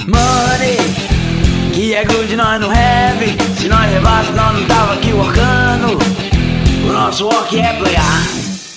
Money, que é good, nós não have. Se nós levasse, nós não tava aqui workando. O nosso work é playar.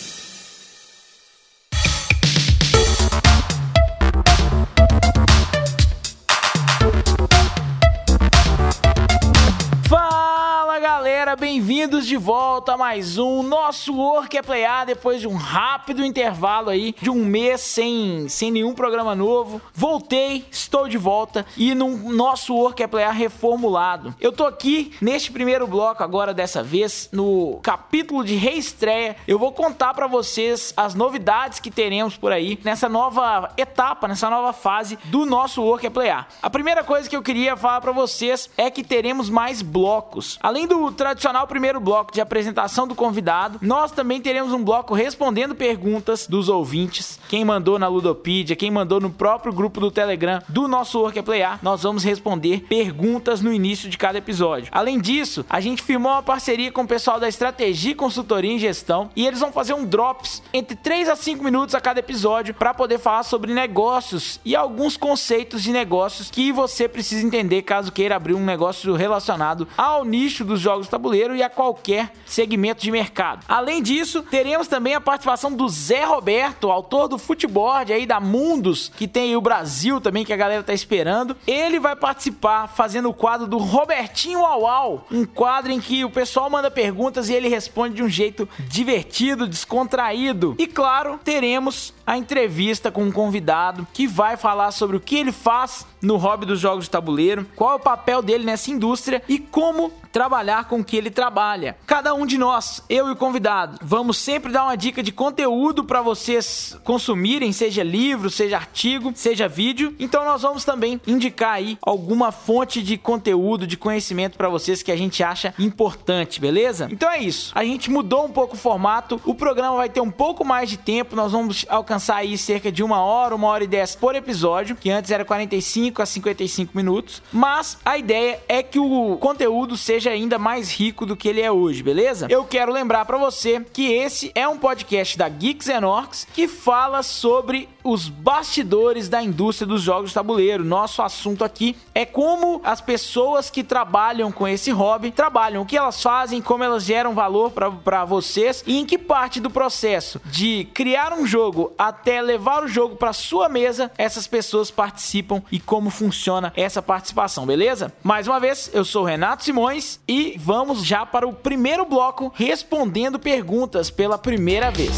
Bem-vindos de volta a mais um Nosso Work é Playar, depois de um rápido intervalo aí, de um mês sem nenhum programa novo. Voltei, estou de volta e no Nosso Work é Playar reformulado. Eu tô aqui neste primeiro bloco agora, dessa vez, no capítulo de reestreia. Eu vou contar pra vocês as novidades que teremos por aí, nessa nova etapa, nessa nova fase do Nosso Work é Playar. A primeira coisa que eu queria falar pra vocês é que teremos mais blocos. Além do tradicional primeiro bloco de apresentação do convidado, nós também teremos um bloco respondendo perguntas dos ouvintes. Quem mandou na Ludopedia, quem mandou no próprio grupo do Telegram do Nosso Work é Playar, nós vamos responder perguntas no início de cada episódio. Além disso, a gente firmou uma parceria com o pessoal da Estratégia, Consultoria em Gestão, e eles vão fazer um drops entre 3 a 5 minutos a cada episódio para poder falar sobre negócios e alguns conceitos de negócios que você precisa entender caso queira abrir um negócio relacionado ao nicho dos jogos de tabuleiro e a qualquer segmento de mercado. Além disso, teremos também a participação do Zé Roberto, autor do Futeboard aí da Mundus, que tem aí o Brasil também, que a galera tá esperando. Ele vai participar fazendo o quadro do Robertinho Au Au, um quadro em que o pessoal manda perguntas e ele responde de um jeito divertido, descontraído. E claro, teremos a entrevista com um convidado que vai falar sobre o que ele faz no hobby dos jogos de tabuleiro, qual é o papel dele nessa indústria e como trabalhar com o que ele trabalha. Cada um de nós, eu e o convidado, vamos sempre dar uma dica de conteúdo para vocês consumirem, seja livro, seja artigo, seja vídeo. Então nós vamos também indicar aí alguma fonte de conteúdo, de conhecimento para vocês que a gente acha importante, beleza? Então é isso. A gente mudou um pouco o formato, o programa vai ter um pouco mais de tempo, nós vamos alcançar aí cerca de 1h10 por episódio, que antes era 45 a 55 minutos, mas a ideia é que o conteúdo seja ainda mais rico do que ele é hoje, beleza? Eu quero lembrar pra você que esse é um podcast da Geeks and Orcs que fala sobre os bastidores da indústria dos jogos de tabuleiro. Nosso assunto aqui é como as pessoas que trabalham com esse hobby trabalham, o que elas fazem, como elas geram valor pra vocês e em que parte do processo de criar um jogo até levar o jogo pra sua mesa essas pessoas participam e como funciona essa participação, beleza? Mais uma vez, eu sou o Renato Simões e vamos já para o primeiro bloco respondendo perguntas pela primeira vez.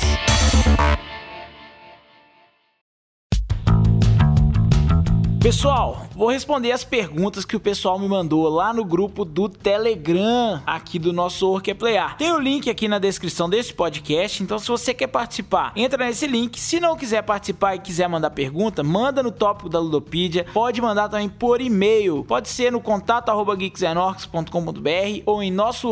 Pessoal, vou responder as perguntas que o pessoal me mandou lá no grupo do Telegram aqui do Nosso Work é Playar. Tem o link aqui na descrição desse podcast, então se você quer participar, entra nesse link. Se não quiser participar e quiser mandar pergunta, manda no tópico da Ludopedia. Pode mandar também por e-mail. Pode ser no contato@geeksandarcs.com.br ou em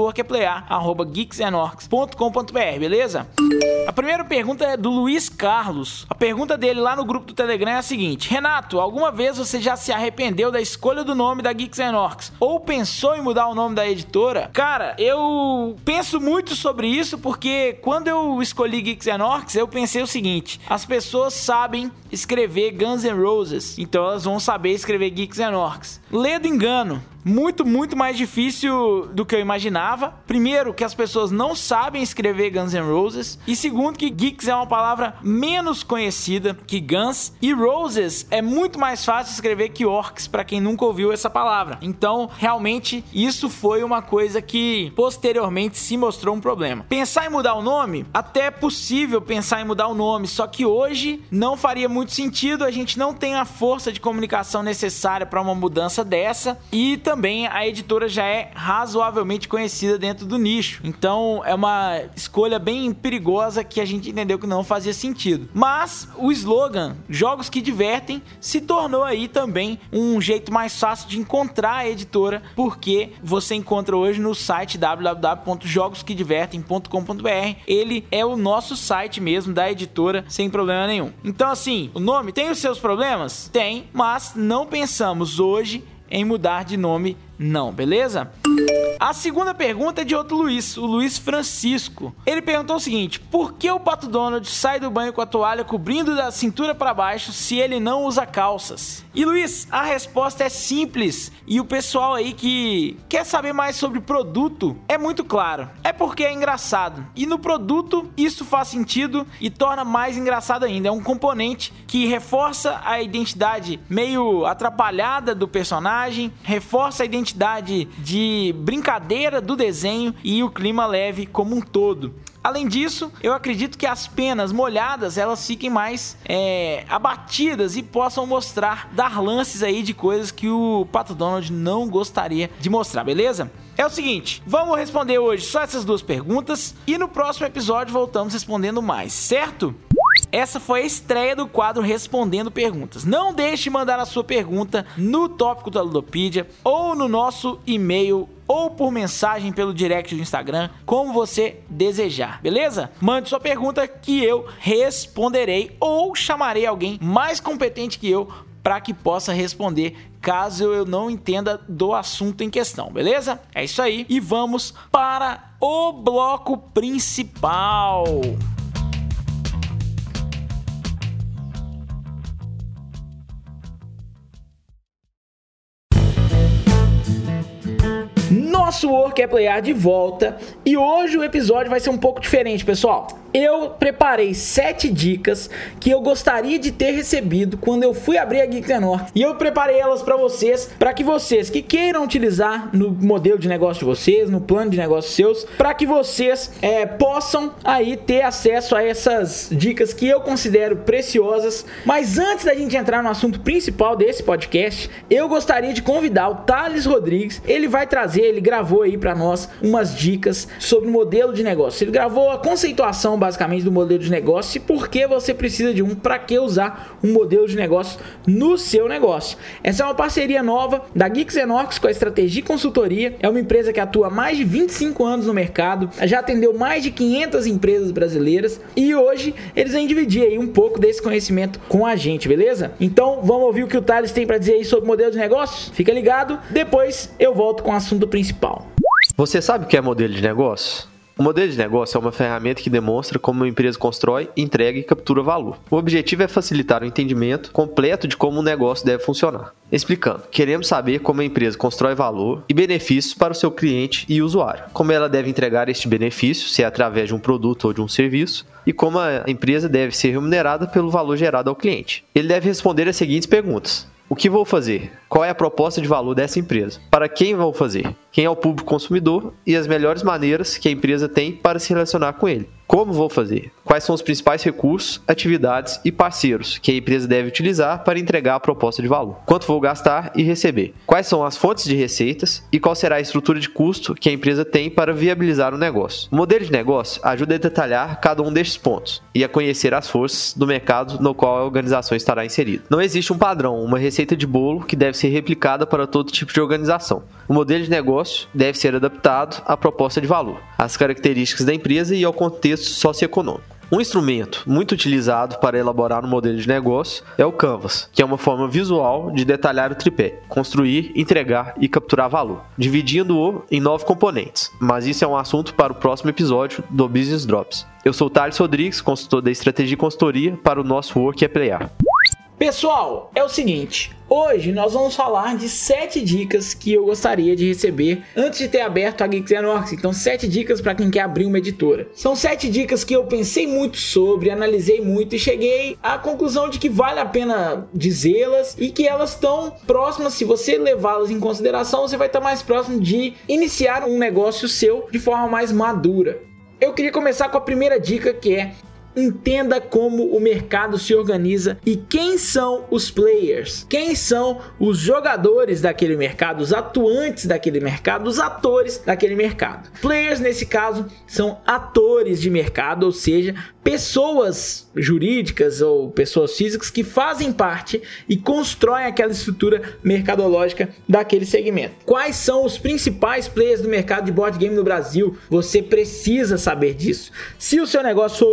nossoworkeplayar@geeksandarcs.com.br, beleza? A primeira pergunta é do Luiz Carlos. A pergunta dele lá no grupo do Telegram é a seguinte: Renato, alguma vez você já se arrependeu da escolha do nome da Geeks and Orcs? Ou pensou em mudar o nome da editora? Cara, eu penso muito sobre isso porque quando eu escolhi Geeks and Orcs, eu pensei o seguinte: as pessoas sabem escrever Guns N' Roses, então elas vão saber escrever Geeks and Orcs. Ledo engano. Muito mais difícil do que eu imaginava. Primeiro, que as pessoas não sabem escrever Guns N' Roses. E segundo, que Geeks é uma palavra menos conhecida que Guns. E Roses é muito mais fácil escrever que Orcs, pra quem nunca ouviu essa palavra. Então, realmente, isso foi uma coisa que posteriormente se mostrou um problema. Pensar em mudar o nome? Até é possível pensar em mudar o nome, só que hoje não faria muito sentido. A gente não tem a força de comunicação necessária para uma mudança dessa. E também a editora já é razoavelmente conhecida dentro do nicho. Então é uma escolha bem perigosa que a gente entendeu que não fazia sentido. Mas o slogan Jogos que Divertem se tornou aí também um jeito mais fácil de encontrar a editora, porque você encontra hoje no site www.jogosquedivertem.com.br. Ele é o nosso site mesmo da editora, sem problema nenhum. Então assim, o nome tem os seus problemas? Tem, mas não pensamos hoje em mudar de nome não, beleza? A segunda pergunta é de outro Luiz, o Luiz Francisco. Ele perguntou o seguinte: por que o Pato Donald sai do banho com a toalha cobrindo da cintura para baixo se ele não usa calças? E Luiz, a resposta é simples, e o pessoal aí que quer saber mais sobre produto é muito claro. É porque é engraçado, e no produto isso faz sentido e torna mais engraçado ainda. É um componente que reforça a identidade meio atrapalhada do personagem, reforça a identidade de brincadeira do desenho e o clima leve como um todo. Além disso, eu acredito que as penas molhadas elas fiquem mais abatidas e possam dar lances aí de coisas que o Pato Donald não gostaria de mostrar, beleza? É o seguinte, vamos responder hoje só essas duas perguntas e no próximo episódio voltamos respondendo mais, certo? Essa foi a estreia do quadro Respondendo Perguntas. Não deixe de mandar a sua pergunta no tópico da Ludopedia ou no nosso e-mail ou por mensagem pelo direct do Instagram, como você desejar, beleza? Mande sua pergunta que eu responderei ou chamarei alguém mais competente que eu para que possa responder caso eu não entenda do assunto em questão, beleza? É isso aí e vamos para o bloco principal. Nosso Work é Playar de volta e hoje o episódio vai ser um pouco diferente, pessoal. Eu preparei 7 dicas que eu gostaria de ter recebido quando eu fui abrir a Geeks North. E eu preparei elas para que vocês que queiram utilizar no modelo de negócio de vocês, no plano de negócio seus, para que vocês possam aí ter acesso a essas dicas que eu considero preciosas. Mas antes da gente entrar no assunto principal desse podcast, eu gostaria de convidar o Thales Rodrigues. Ele gravou aí para nós umas dicas sobre o modelo de negócio. Ele gravou a conceituação basicamente do modelo de negócio e por que você precisa de para que usar um modelo de negócio no seu negócio. Essa é uma parceria nova da Geeks North com a Estratégia Consultoria. É uma empresa que atua há mais de 25 anos no mercado, já atendeu mais de 500 empresas brasileiras e hoje eles vão dividir aí um pouco desse conhecimento com a gente, beleza? Então vamos ouvir o que o Thales tem para dizer aí sobre o modelo de negócio? Fica ligado, depois eu volto com o assunto principal. Você sabe o que é modelo de negócio? O modelo de negócio é uma ferramenta que demonstra como uma empresa constrói, entrega e captura valor. O objetivo é facilitar o entendimento completo de como um negócio deve funcionar. Explicando, queremos saber como a empresa constrói valor e benefícios para o seu cliente e usuário, como ela deve entregar este benefício, se é através de um produto ou de um serviço, e como a empresa deve ser remunerada pelo valor gerado ao cliente. Ele deve responder as seguintes perguntas: o que vou fazer? Qual é a proposta de valor dessa empresa? Para quem vou fazer? Quem é o público consumidor e as melhores maneiras que a empresa tem para se relacionar com ele? Como vou fazer? Quais são os principais recursos, atividades e parceiros que a empresa deve utilizar para entregar a proposta de valor? Quanto vou gastar e receber? Quais são as fontes de receitas e qual será a estrutura de custo que a empresa tem para viabilizar o negócio? O modelo de negócio ajuda a detalhar cada um destes pontos e a conhecer as forças do mercado no qual a organização estará inserida. Não existe um padrão, uma receita de bolo que deve ser replicada para todo tipo de organização. O modelo de negócio deve ser adaptado à proposta de valor, às características da empresa e ao contexto socioeconômico. Um instrumento muito utilizado para elaborar um modelo de negócio é o Canvas, que é uma forma visual de detalhar o tripé, construir, entregar e capturar valor, dividindo-o em 9 componentes, mas isso é um assunto para o próximo episódio do Business Drops. Eu sou o Thales Rodrigues, consultor da Estratégia e Consultoria para o nosso Work é Playar. Pessoal, é o seguinte, hoje nós vamos falar de 7 dicas que eu gostaria de receber antes de ter aberto a Geeks North. Então 7 dicas para quem quer abrir uma editora. São 7 dicas que eu pensei muito sobre, analisei muito e cheguei à conclusão de que vale a pena dizê-las e que elas estão próximas. Se você levá-las em consideração, você vai estar mais próximo de iniciar um negócio seu de forma mais madura. Eu queria começar com a primeira dica, que é: entenda como o mercado se organiza e quem são os players, quem são os jogadores daquele mercado, os atuantes daquele mercado, os atores daquele mercado. Players, nesse caso, são atores de mercado, ou seja, pessoas jurídicas ou pessoas físicas que fazem parte e constroem aquela estrutura mercadológica daquele segmento. Quais são os principais players do mercado de board game no Brasil? Você precisa saber disso. Se o seu negócio for para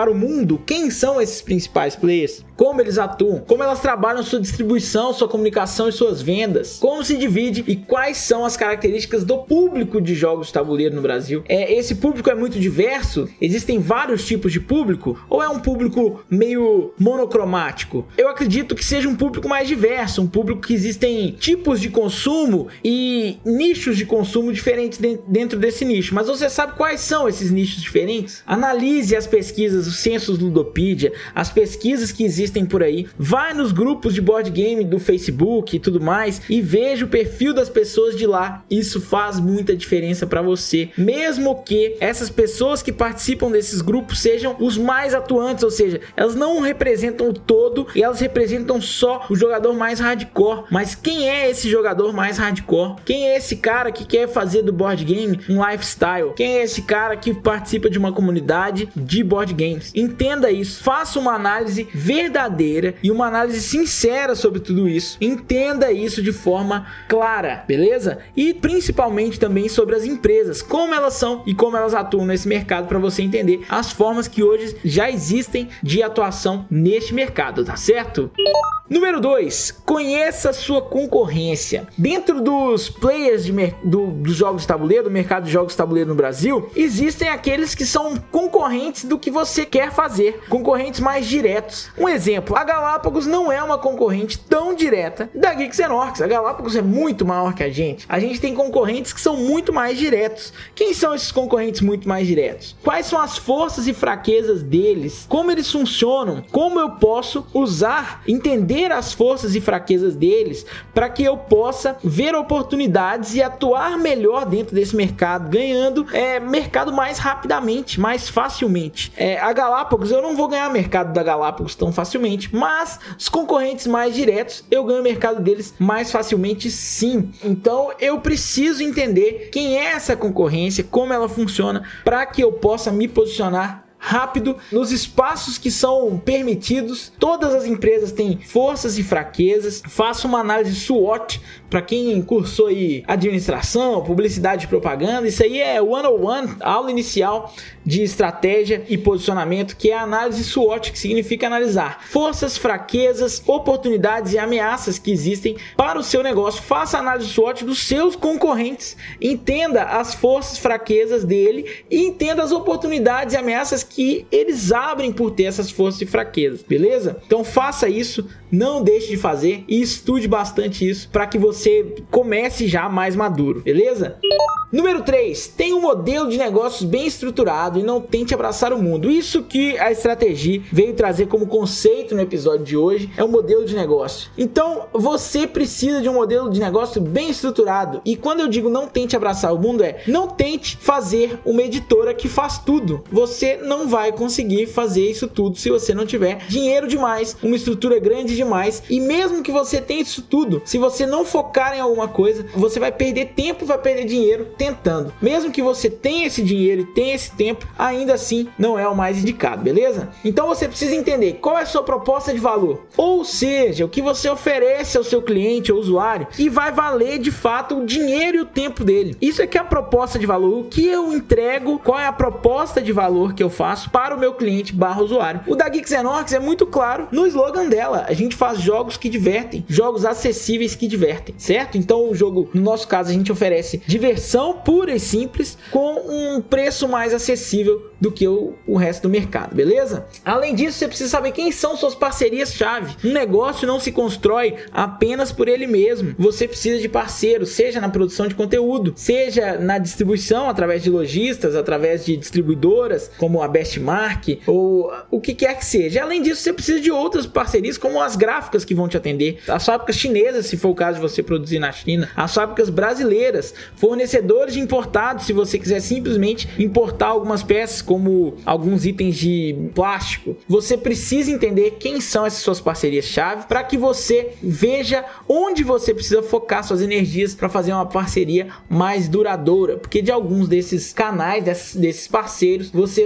para o mundo quem são esses principais players, como eles atuam, como elas trabalham sua distribuição, sua comunicação e suas vendas, como se divide e quais são as características do público de jogos de tabuleiro no Brasil. Esse público é muito diverso? Existem vários tipos de público? Ou é um público meio monocromático? Eu acredito que seja um público mais diverso, um público que existem tipos de consumo e nichos de consumo diferentes dentro desse nicho. Mas você sabe quais são esses nichos diferentes? Analise as pesquisas, os censos Ludopedia, as pesquisas que existem por aí. Vai nos grupos de board game do Facebook e tudo mais e veja o perfil das pessoas de lá. Isso faz muita diferença para você, mesmo que essas pessoas que participam desses grupos sejam os mais atuantes, ou seja, elas não representam o todo e elas representam só o jogador mais hardcore. Mas quem é esse jogador mais hardcore? Quem é esse cara que quer fazer do board game um lifestyle? Quem é esse cara que participa de uma comunidade de board games? Entenda isso, faça uma análise verdadeira e uma análise sincera sobre tudo isso. Entenda isso de forma clara, beleza? E principalmente também sobre as empresas, como elas são e como elas atuam nesse mercado, para você entender as formas que hoje já existem de atuação neste mercado, tá certo? Número 2, conheça sua concorrência. Dentro dos players dos jogos de tabuleiro, do mercado de jogos de tabuleiro no Brasil, existem aqueles que são concorrentes do que você quer fazer, concorrentes mais diretos. Um exemplo, a Galápagos não é uma concorrente tão direta da Geeks & Orcs. A Galápagos é muito maior que a gente tem concorrentes que são muito mais diretos. Quem são esses concorrentes muito mais diretos? Quais são as forças e fraquezas deles? Como eles funcionam? Como eu posso entender as forças e fraquezas deles para que eu possa ver oportunidades e atuar melhor dentro desse mercado, ganhando mercado mais rapidamente, mais facilmente. A Galápagos, eu não vou ganhar mercado da Galápagos tão facilmente, mas os concorrentes mais diretos, eu ganho o mercado deles mais facilmente sim. Então eu preciso entender quem é essa concorrência, como ela funciona, para que eu possa me posicionar rápido nos espaços que são permitidos. Todas as empresas têm forças e fraquezas. Faça uma análise SWOT para quem cursou aí administração, publicidade e propaganda. Isso aí é 101, aula inicial de estratégia e posicionamento, que é a análise SWOT, que significa analisar forças, fraquezas, oportunidades e ameaças que existem para o seu negócio. Faça a análise SWOT dos seus concorrentes, entenda as forças, fraquezas dele e entenda as oportunidades e ameaças que eles abrem por ter essas forças e fraquezas, beleza? Então faça isso, não deixe de fazer e estude bastante isso para que você comece já mais maduro, beleza? Número 3, tenha um modelo de negócios bem estruturado e não tente abraçar o mundo. Isso que a estratégia veio trazer como conceito no episódio de hoje, é um modelo de negócio. Então você precisa de um modelo de negócio bem estruturado, e quando eu digo não tente abraçar o mundo, não tente fazer uma editora que faz tudo. Você não vai conseguir fazer isso tudo se você não tiver dinheiro demais, uma estrutura grande demais, e mesmo que você tenha isso tudo, se você não focar em alguma coisa, você vai perder tempo, vai perder dinheiro tentando. Mesmo que você tenha esse dinheiro e tenha esse tempo, ainda assim não é o mais indicado, beleza? Então você precisa entender qual é a sua proposta de valor, ou seja, o que você oferece ao seu cliente ou usuário, que vai valer de fato o dinheiro e o tempo dele. Isso é que é a proposta de valor, o que eu entrego, qual é a proposta de valor que eu faço para o meu cliente / usuário. O da Geeks & Orcs é muito claro no slogan dela: a gente faz jogos que divertem, jogos acessíveis que divertem, certo? Então o jogo, no nosso caso, a gente oferece diversão pura e simples com um preço mais acessível do que o resto do mercado, beleza? Além disso, você precisa saber quem são suas parcerias-chave. Um negócio não se constrói apenas por ele mesmo. Você precisa de parceiros, seja na produção de conteúdo, seja na distribuição através de lojistas, através de distribuidoras como a Bestmark ou o que quer que seja. Além disso, você precisa de outras parcerias como as gráficas que vão te atender, as fábricas chinesas, se for o caso de você produzir na China, as fábricas brasileiras, fornecedores de importados, se você quiser simplesmente importar algumas peças como alguns itens de plástico. Você precisa entender quem são essas suas parcerias-chave para que você veja onde você precisa focar suas energias para fazer uma parceria mais duradoura, porque de alguns desses canais, desses parceiros, você vai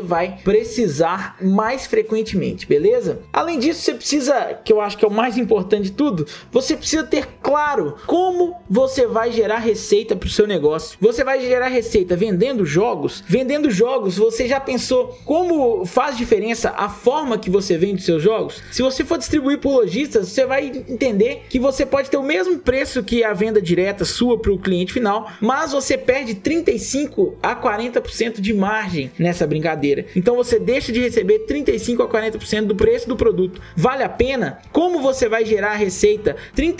precisar mais frequentemente, beleza? Além disso, você precisa, que eu acho que é o mais importante de tudo, você precisa ter claro como você vai gerar receita para o seu negócio. Você vai gerar receita vendendo jogos? Vendendo jogos, você já pensou como faz diferença a forma que você vende seus jogos? Se você for distribuir por lojistas, você vai entender que você pode ter o mesmo preço que a venda direta sua para o cliente final, mas você perde 35 a 40% de margem nessa brincadeira. Então você deixa de receber 35 a 40% do preço do produto. Vale a pena? Como você vai gerar receita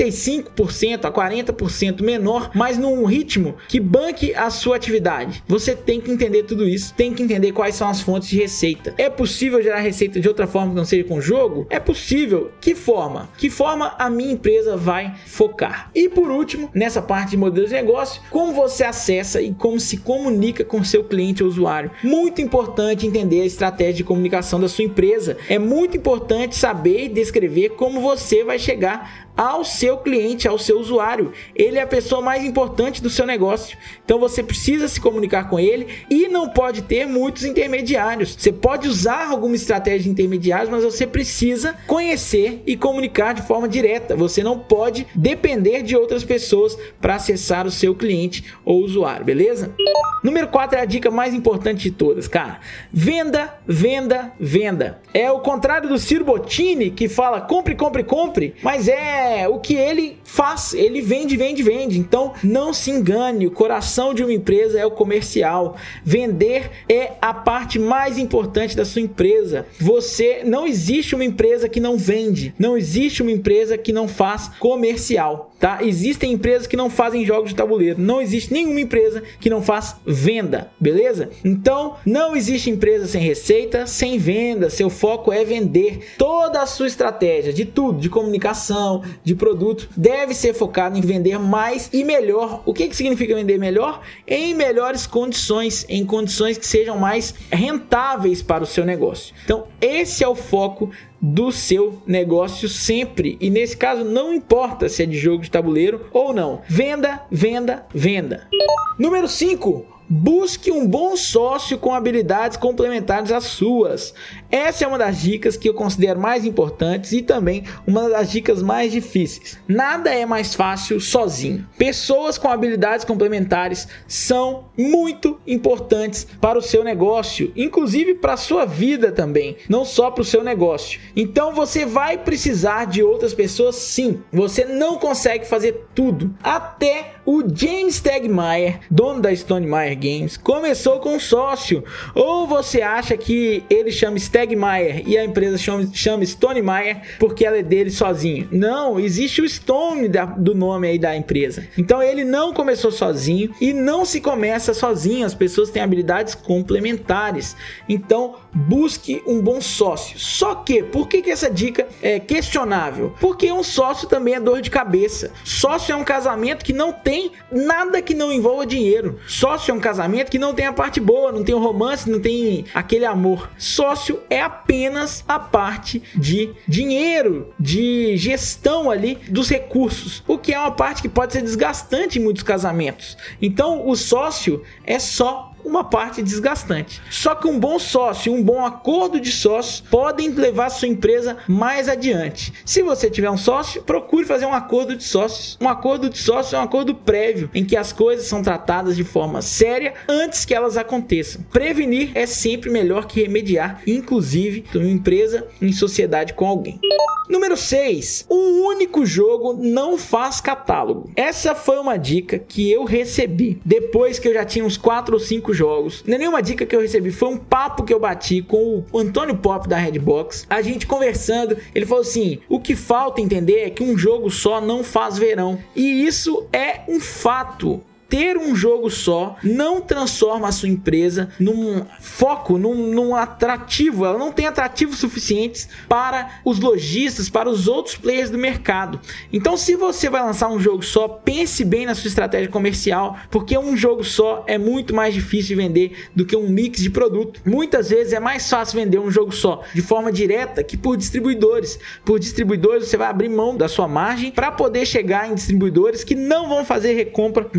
35% a 40% menor, mas num ritmo que banque a sua atividade? Você tem que entender tudo isso, tem que entender quais são as fontes de receita. É possível gerar receita de outra forma que não seja com jogo? É possível. Que forma? Que forma a minha empresa vai focar? E por último, nessa parte de modelos de negócio, como você acessa e como se comunica com seu cliente ou usuário. Muito importante entender a estratégia de comunicação da sua empresa. É muito importante saber e descrever como você vai chegar ao seu cliente, ao seu usuário. Ele é a pessoa mais importante do seu negócio. Então você precisa se comunicar com ele e não pode ter muitos intermediários. Você pode usar alguma estratégia de intermediários, mas você precisa conhecer e comunicar de forma direta. Você não pode depender de outras pessoas para acessar o seu cliente ou usuário, beleza? Número 4 é a dica mais importante de todas, cara. Venda, venda, venda. É o contrário do Ciro Bottini, que fala compre, compre, compre, mas é o que ele faz, ele vende, vende, vende. Então não se engane, o coração de uma empresa é o comercial. Vender é a parte mais importante da sua empresa. Não existe uma empresa que não vende, não existe uma empresa que não faz comercial, tá? Existem empresas que não fazem jogos de tabuleiro, não existe nenhuma empresa que não faz venda, beleza? Então não existe empresa sem receita, sem venda. Seu foco é vender. Toda a sua estratégia de tudo, de comunicação, de produto, deve ser focado em vender mais e melhor. O que significa vender melhor? Em melhores condições, em condições que sejam mais rentáveis para o seu negócio. Então esse é o foco do seu negócio sempre, e nesse caso não importa se é de jogo de tabuleiro ou não. Venda, venda, venda. Número 5. Busque um bom sócio com habilidades complementares às suas. Essa é uma das dicas que eu considero mais importantes e também uma das dicas mais difíceis. Nada é mais fácil sozinho. Pessoas com habilidades complementares são muito importantes para o seu negócio, inclusive para a sua vida também, não só para o seu negócio. Então você vai precisar de outras pessoas, sim. Você não consegue fazer tudo. Até o James Stegmaier, dono da Stonemaier Games, começou com um sócio. Ou você acha que ele chama Stegmaier e a empresa chama Stonemaier porque ela é dele sozinho? Não, existe o Stone do nome aí da empresa. Então ele não começou sozinho e não se começa sozinho. As pessoas têm habilidades complementares. Então busque um bom sócio. Só que, por que essa dica é questionável? Porque um sócio também é dor de cabeça. Sócio é um casamento que não tem nada que não envolva dinheiro. Sócio é um casamento que não tem a parte boa, não tem o romance, não tem aquele amor. Sócio é apenas a parte de dinheiro, de gestão ali dos recursos, o que é uma parte que pode ser desgastante em muitos casamentos. Então o sócio é só uma parte desgastante. Só que um bom sócio, um bom acordo de sócios podem levar a sua empresa mais adiante. Se você tiver um sócio, procure fazer um acordo de sócios. Um acordo de sócios é um acordo prévio em que as coisas são tratadas de forma séria antes que elas aconteçam. Prevenir é sempre melhor que remediar, inclusive uma empresa em sociedade com alguém. Número 6. Um único jogo não faz catálogo. Essa foi uma dica que eu recebi depois que eu já tinha uns 4 ou 5 jogos. Não é nenhuma dica que eu recebi, foi um papo que eu bati com o Antônio Pop da Redbox. A gente conversando, ele falou assim: o que falta entender é que um jogo só não faz verão. E isso é um fato. Ter um jogo só não transforma a sua empresa num foco, num atrativo. Ela não tem atrativos suficientes para os lojistas, para os outros players do mercado. Então, se você vai lançar um jogo só, pense bem na sua estratégia comercial, porque um jogo só é muito mais difícil de vender do que um mix de produto. Muitas vezes é mais fácil vender um jogo só de forma direta que por distribuidores. Por distribuidores você vai abrir mão da sua margem para poder chegar em distribuidores que não vão fazer recompra num período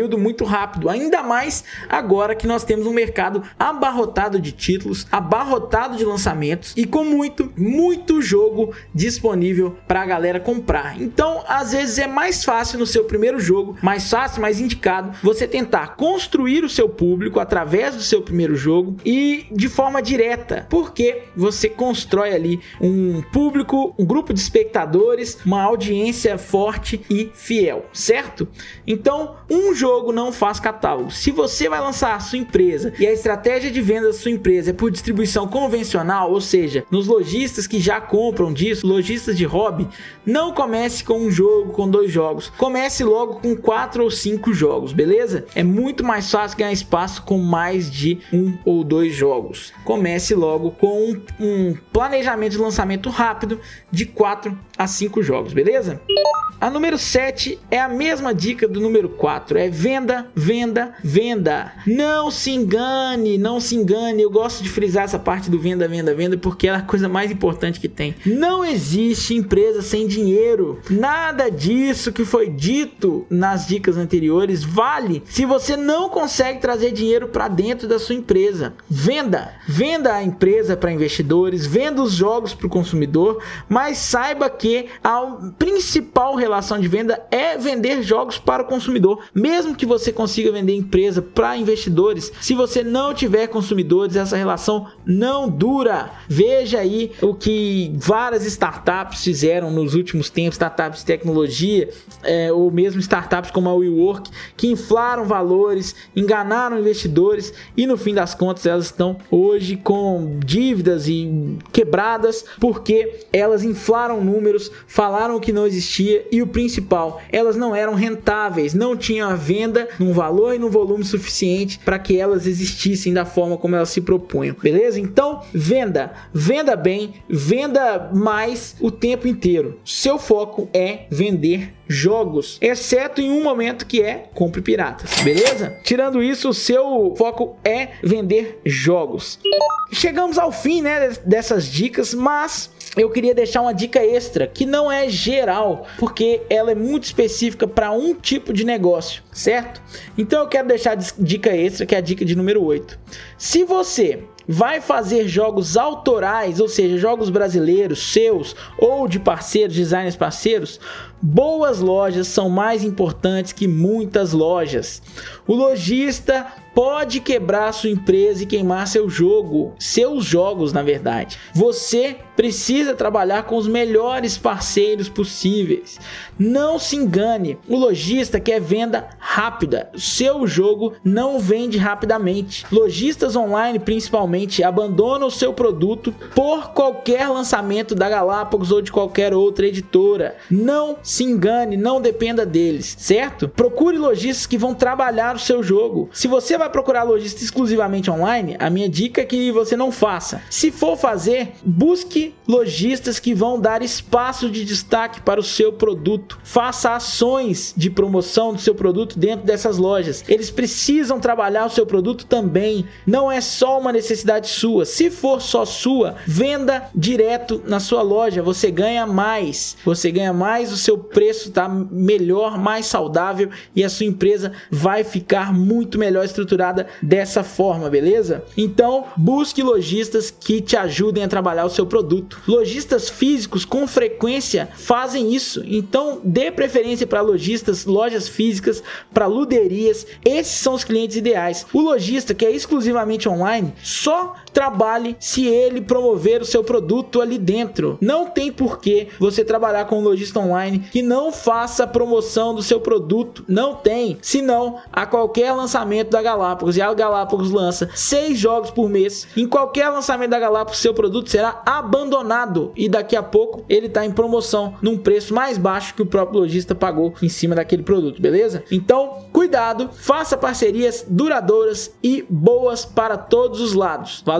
período muito rápido, ainda mais agora que nós temos um mercado abarrotado de títulos, abarrotado de lançamentos e com muito jogo disponível para a galera comprar. Então, às vezes é mais fácil no seu primeiro jogo, mais fácil, mais indicado, você tentar construir o seu público através do seu primeiro jogo e de forma direta, porque você constrói ali um público, um grupo de espectadores, uma audiência forte e fiel, certo? Então, um jogo não faz catálogo. Se você vai lançar a sua empresa e a estratégia de venda da sua empresa é por distribuição convencional, ou seja, nos lojistas que já compram disso, lojistas de hobby, não comece com um jogo, com 2 jogos. Comece logo com 4 ou 5 jogos, beleza? É muito mais fácil ganhar espaço com mais de 1 ou 2 jogos. Comece logo com um planejamento de lançamento rápido de 4 a 5 jogos, beleza? A número 7 é a mesma dica do número 4, é venda, venda, venda. Não se engane, não se engane. Eu gosto de frisar essa parte do venda, venda, venda, porque é a coisa mais importante que tem. Não existe empresa sem dinheiro. Nada disso que foi dito nas dicas anteriores vale se você não consegue trazer dinheiro para dentro da sua empresa. Venda, venda a empresa para investidores, venda os jogos para o consumidor, mas saiba que a principal relação de venda é vender jogos para o consumidor. Mesmo que você consiga vender empresa para investidores, se você não tiver consumidores, essa relação não dura. Veja aí o que várias startups fizeram nos últimos tempos, startups de tecnologia, ou mesmo startups como a WeWork, que inflaram valores, enganaram investidores e no fim das contas elas estão hoje com dívidas e quebradas porque elas inflaram números, falaram que não existia e o principal, elas não eram rentáveis, não tinham a venda num valor e num volume suficiente para que elas existissem da forma como elas se propunham, beleza? Então, venda, venda bem, venda mais o tempo inteiro. Seu foco é vender jogos, exceto em um momento que é compre piratas, beleza? Tirando isso, o seu foco é vender jogos. Chegamos ao fim, né, dessas dicas, mas eu queria deixar uma dica extra, que não é geral, porque ela é muito específica para um tipo de negócio, certo? Então eu quero deixar a dica extra, que é a dica de número 8. Se você vai fazer jogos autorais, ou seja, jogos brasileiros, seus ou de parceiros, designers parceiros, boas lojas são mais importantes que muitas lojas. O lojista pode quebrar sua empresa e queimar seu jogo, seus jogos, na verdade. Você precisa trabalhar com os melhores parceiros possíveis. Não se engane, o lojista quer venda rápida. Seu jogo não vende rapidamente. Lojistas online, principalmente, abandonam o seu produto por qualquer lançamento da Galápagos ou de qualquer outra editora. Não se engane, não dependa deles, certo? Procure lojistas que vão trabalhar o seu jogo. Se você vai procurar lojista exclusivamente online, a minha dica é que você não faça. Se for fazer, busque lojistas que vão dar espaço de destaque para o seu produto. Faça ações de promoção do seu produto dentro dessas lojas. Eles precisam trabalhar o seu produto também. Não é só uma necessidade sua. Se for só sua, venda direto na sua loja. Você ganha mais. Você ganha mais, o seu preço está melhor, mais saudável e a sua empresa vai ficar muito melhor estruturada dessa forma, beleza? Então, busque lojistas que te ajudem a trabalhar o seu produto. Lojistas físicos com frequência fazem isso, então dê preferência para lojistas, lojas físicas, para luderias. Esses são os clientes ideais. O lojista que é exclusivamente online, só trabalhe se ele promover o seu produto ali dentro. Não tem porquê você trabalhar com um lojista online que não faça promoção do seu produto. Não tem. Senão, a qualquer lançamento da Galápagos, e a Galápagos lança 6 jogos por mês, em qualquer lançamento da Galápagos, seu produto será abandonado e daqui a pouco ele está em promoção num preço mais baixo que o próprio lojista pagou em cima daquele produto, beleza? Então, cuidado, faça parcerias duradouras e boas para todos os lados. Valeu?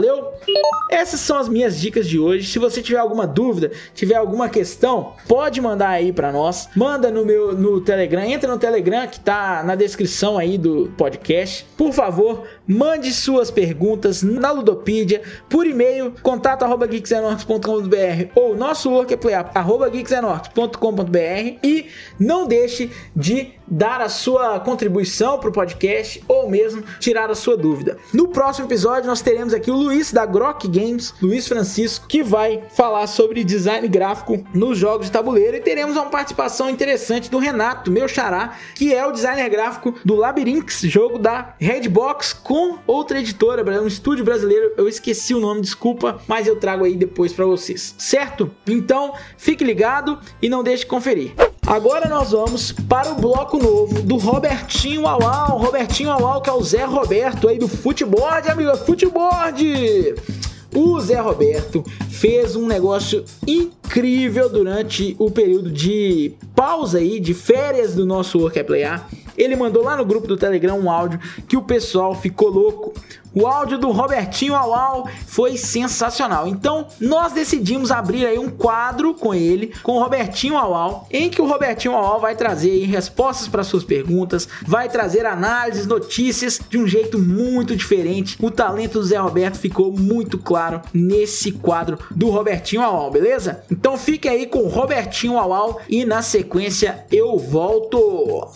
Valeu? Essas são as minhas dicas de hoje. Se você tiver alguma dúvida, tiver alguma questão, pode mandar aí pra nós. Manda no Telegram, entra no Telegram que tá na descrição aí do podcast. Por favor, mande suas perguntas na Ludopedia, por e-mail, contato@geeksenorte.com.br ou nosso workplayer@geeksenorte.com.br e não deixe de dar a sua contribuição pro podcast ou mesmo tirar a sua dúvida. No próximo episódio nós teremos aqui o Luiz da Grok Games, Luiz Francisco, que vai falar sobre design gráfico nos jogos de tabuleiro, e teremos uma participação interessante do Renato, meu xará, que é o designer gráfico do Labyrinx, jogo da Redbox com outra editora, um estúdio brasileiro, eu esqueci o nome, desculpa, mas eu trago aí depois pra vocês, certo? Então, fique ligado e não deixe de conferir. Agora nós vamos para o bloco novo do Robertinho Auau. Robertinho Auau, que é o Zé Roberto aí do Futeboard, amigo, Futeboard! O Zé Roberto fez um negócio incrível durante o período de pausa aí, de férias do nosso Workplayer. Ele mandou lá no grupo do Telegram um áudio que o pessoal ficou louco. O áudio do Robertinho Auau foi sensacional. Então, nós decidimos abrir aí um quadro com ele, com o Robertinho Auau, em que o Robertinho Auau vai trazer aí respostas para suas perguntas, vai trazer análises, notícias de um jeito muito diferente. O talento do Zé Roberto ficou muito claro nesse quadro do Robertinho Auau, beleza? Então, fique aí com o Robertinho Auau e na sequência eu volto.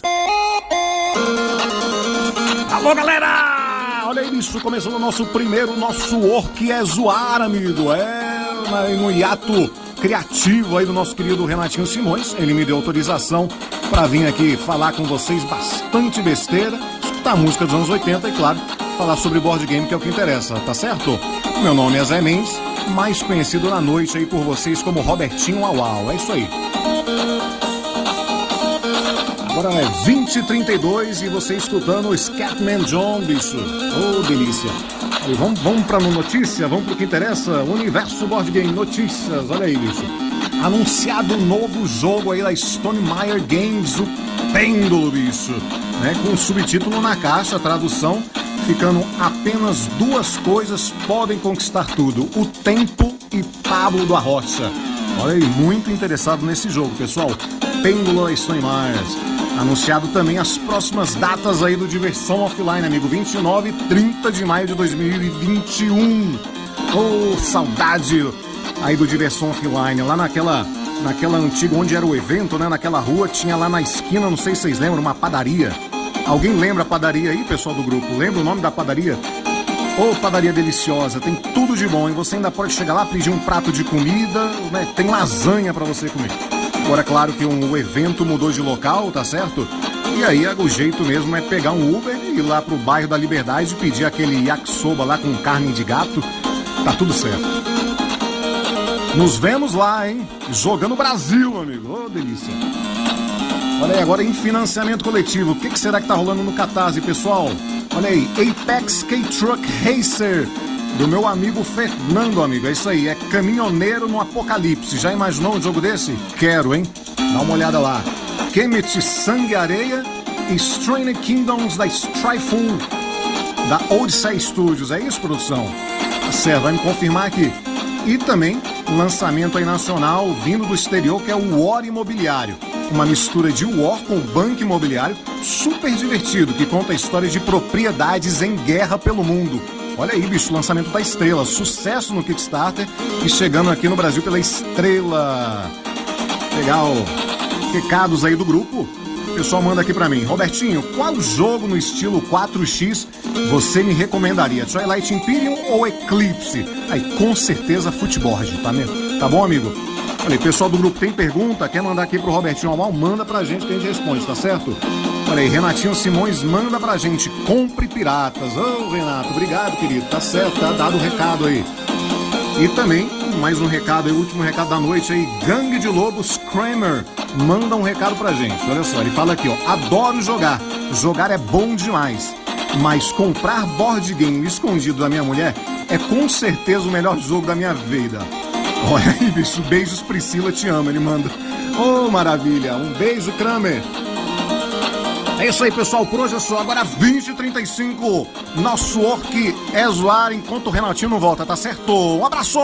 Alô, galera! Olha isso, começando o nosso Work é zoar, amigo. No hiato criativo aí do nosso querido Renatinho Simões. Ele me deu autorização para vir aqui falar com vocês bastante besteira, escutar música dos anos 80 e, claro, falar sobre board game, que é o que interessa, tá certo? Meu nome é Zé Mendes, mais conhecido na noite aí por vocês como Robertinho Auau. É isso aí. Agora é 20h32 e você escutando o Scatman John, bicho. Oh, delícia. Aí, vamos pra notícia, vamos pro que interessa. Universo Board Game Notícias, olha aí, bicho. Anunciado um novo jogo aí da Stone Meyer Games, o Pêndulo, bicho. Né? Com o subtítulo na caixa, tradução, ficando apenas duas coisas podem conquistar tudo: o tempo e Pablo da Rocha. Olha aí, muito interessado nesse jogo, pessoal. Pêndulo da Stone Meyer. Anunciado também as próximas datas aí do Diversão Offline, amigo. 29 e 30 de maio de 2021. Oh, saudade aí do Diversão Offline. Lá naquela antiga, onde era o evento, né? Naquela rua, tinha lá na esquina, não sei se vocês lembram, uma padaria. Alguém lembra a padaria aí, pessoal do grupo? Lembra o nome da padaria? Oh, padaria deliciosa, tem tudo de bom. E você ainda pode chegar lá, pedir um prato de comida, né? Tem lasanha pra você comer. Agora, claro que o evento mudou de local, tá certo? E aí o jeito mesmo é pegar um Uber e ir lá pro bairro da Liberdade e pedir aquele yakisoba lá com carne de gato. Tá tudo certo. Nos vemos lá, hein? Jogando Brasil, amigo. Oh, delícia. Olha aí, agora em financiamento coletivo. O que será que tá rolando no Catarse, pessoal? Olha aí, Apex K-Truck Racer, do meu amigo Fernando, amigo. É isso aí, é caminhoneiro no apocalipse. Já imaginou um jogo desse? Quero, hein? Dá uma olhada lá. Kemet Sangue e Areia e Strained Kingdoms da Striful, da Odyssey Studios. É isso, produção? Tá certo, vai me confirmar aqui. E também um lançamento aí nacional vindo do exterior, que é o War Imobiliário. Uma mistura de War com Banco Imobiliário, super divertido, que conta a história de propriedades em guerra pelo mundo. Olha aí, bicho, lançamento da Estrela, sucesso no Kickstarter e chegando aqui no Brasil pela Estrela. Legal. Recados aí do grupo. O pessoal manda aqui pra mim. Robertinho, qual jogo no estilo 4X você me recomendaria? Twilight Imperium ou Eclipse? Aí, com certeza, Footboard, tá mesmo? Tá bom, amigo? Olha aí, pessoal do grupo tem pergunta, quer mandar aqui pro Robertinho Auau? Manda pra gente que a gente responde, tá certo? Olha aí, Renatinho Simões manda pra gente: compre piratas. Ô, Renato, obrigado, querido. Tá certo, tá dado o recado aí. E também, mais um recado aí, o último recado da noite aí, Gangue de Lobos Kramer manda um recado pra gente. Olha só, ele fala aqui, ó: adoro jogar. Jogar é bom demais, mas comprar board game escondido da minha mulher é com certeza o melhor jogo da minha vida. Olha aí, bicho, beijos, Priscila, te amo. Ele manda. Oh, maravilha, um beijo, Kramer. É isso aí, pessoal, por hoje é só. Agora 20h35, nosso orc é zoar enquanto o Renatinho não volta, tá certo? Um abraço!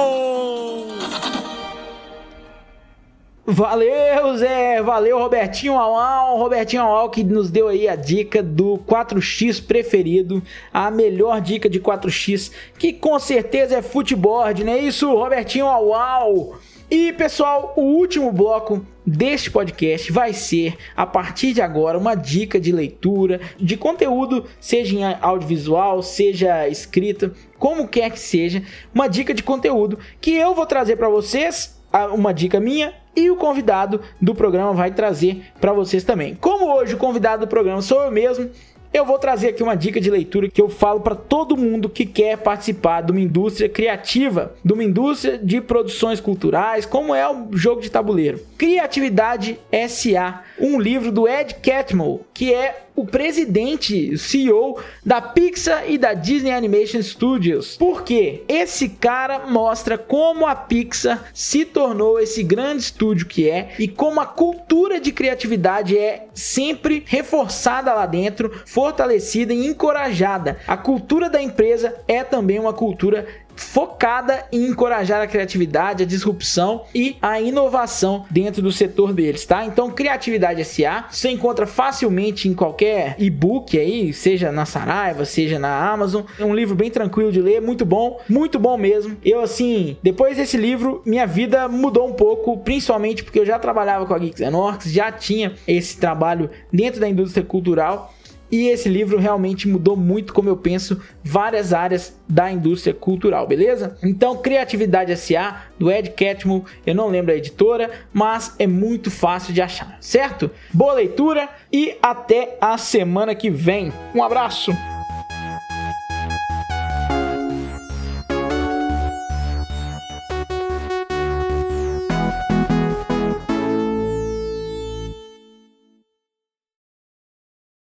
Valeu, Zé! Valeu, Robertinho Aual! Robertinho Aual que nos deu aí a dica do 4x preferido, a melhor dica de 4x, que com certeza é footboard, não é isso, Robertinho Aual? E, pessoal, o último bloco deste podcast vai ser, a partir de agora, uma dica de leitura, de conteúdo, seja em audiovisual, seja escrita, como quer que seja, uma dica de conteúdo que eu vou trazer para vocês, uma dica minha, e o convidado do programa vai trazer para vocês também. Como hoje o convidado do programa sou eu mesmo, eu vou trazer aqui uma dica de leitura que eu falo para todo mundo que quer participar de uma indústria criativa, de uma indústria de produções culturais, como é o jogo de tabuleiro. Criatividade S.A., um livro do Ed Catmull, que é o presidente, o CEO da Pixar e da Disney Animation Studios. Por quê? Esse cara mostra como a Pixar se tornou esse grande estúdio que é e como a cultura de criatividade é sempre reforçada lá dentro, fortalecida e encorajada. A cultura da empresa é também uma cultura focada em encorajar a criatividade, a disrupção e a inovação dentro do setor deles, tá? Então, Criatividade S.A. você encontra facilmente em qualquer e-book aí, seja na Saraiva, seja na Amazon. É um livro bem tranquilo de ler, muito bom mesmo. Eu, assim, depois desse livro, minha vida mudou um pouco, principalmente porque eu já trabalhava com a Geeks and Orcs, já tinha esse trabalho dentro da indústria cultural. E esse livro realmente mudou muito como eu penso várias áreas da indústria cultural, beleza? Então, Criatividade S.A., do Ed Catmull, eu não lembro a editora, mas é muito fácil de achar, certo? Boa leitura e até a semana que vem. Um abraço!